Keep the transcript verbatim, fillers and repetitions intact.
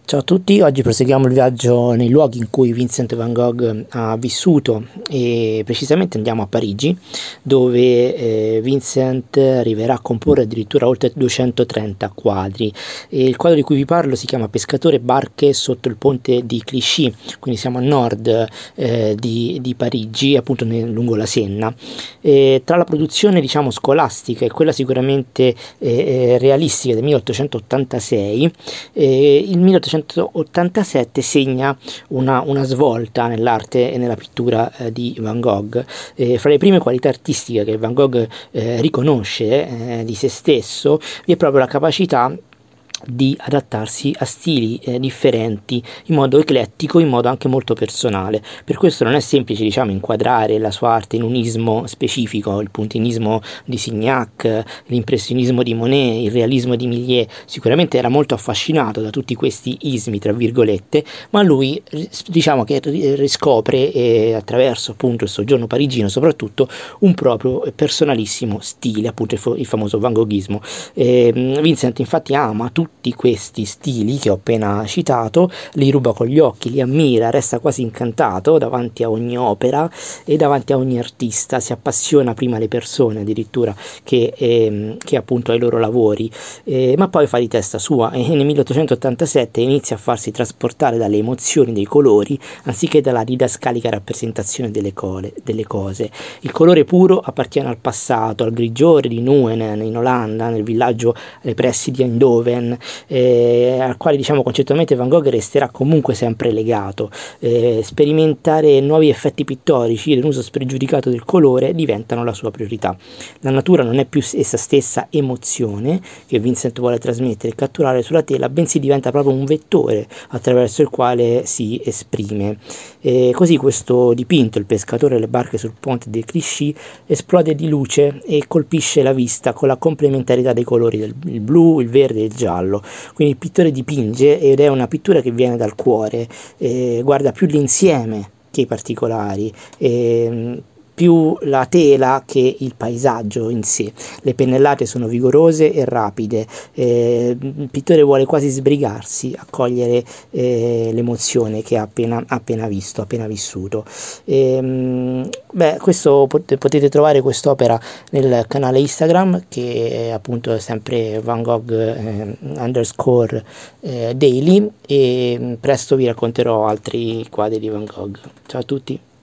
Ciao a tutti, oggi proseguiamo il viaggio nei luoghi in cui Vincent van Gogh ha vissuto e precisamente andiamo a Parigi, dove eh, Vincent arriverà a comporre addirittura oltre duecentotrenta quadri. E il quadro di cui vi parlo si chiama Pescatore barche sotto il ponte di Clichy, quindi siamo a nord eh, di, di Parigi, appunto nel, lungo la Senna. E tra la produzione diciamo scolastica e quella sicuramente eh, realistica del milleottocentottantasei, eh, il milleottocentottantasette segna una, una svolta nell'arte e nella pittura eh, di Van Gogh. Eh, fra le prime qualità artistiche che Van Gogh eh, riconosce eh, di se stesso vi è proprio la capacità di adattarsi a stili eh, differenti in modo eclettico, in modo anche molto personale. Per questo non è semplice diciamo inquadrare la sua arte in un ismo specifico, il puntinismo di Signac, l'impressionismo di Monet, il realismo di Millet. Sicuramente era molto affascinato da tutti questi ismi tra virgolette, ma lui diciamo che riscopre eh, attraverso appunto il soggiorno parigino soprattutto un proprio personalissimo stile, appunto il, il famoso Van Goghismo. eh, Vincent infatti ama tutti questi stili che ho appena citato, li ruba con gli occhi, li ammira, resta quasi incantato davanti a ogni opera e davanti a ogni artista, si appassiona prima alle persone addirittura che, eh, che appunto ai loro lavori, eh, ma poi fa di testa sua e nel milleottocentottantasette inizia a farsi trasportare dalle emozioni dei colori anziché dalla didascalica rappresentazione delle, cole, delle cose. Il colore puro appartiene al passato, al grigiore di Nuenen in Olanda, nel villaggio ai pressi di Eindhoven, Eh, al quale diciamo concettualmente Van Gogh resterà comunque sempre legato. Eh, sperimentare nuovi effetti pittorici e l'uso spregiudicato del colore diventano la sua priorità. La natura non è più essa stessa emozione che Vincent vuole trasmettere e catturare sulla tela, bensì diventa proprio un vettore attraverso il quale si esprime. Eh, così questo dipinto, il pescatore e le barche sul ponte di Clichy, esplode di luce e colpisce la vista con la complementarità dei colori del il blu, il verde e il giallo. Quindi il pittore dipinge ed è una pittura che viene dal cuore, eh, guarda più l'insieme che i particolari, eh, più la tela che il paesaggio in sé. Le pennellate sono vigorose e rapide, eh, il pittore vuole quasi sbrigarsi a cogliere eh, l'emozione che ha appena, appena visto, appena vissuto. E, beh, questo pot- potete trovare quest'opera nel canale Instagram, che è appunto sempre Van Gogh eh, underscore eh, daily, e presto vi racconterò altri quadri di Van Gogh. Ciao a tutti.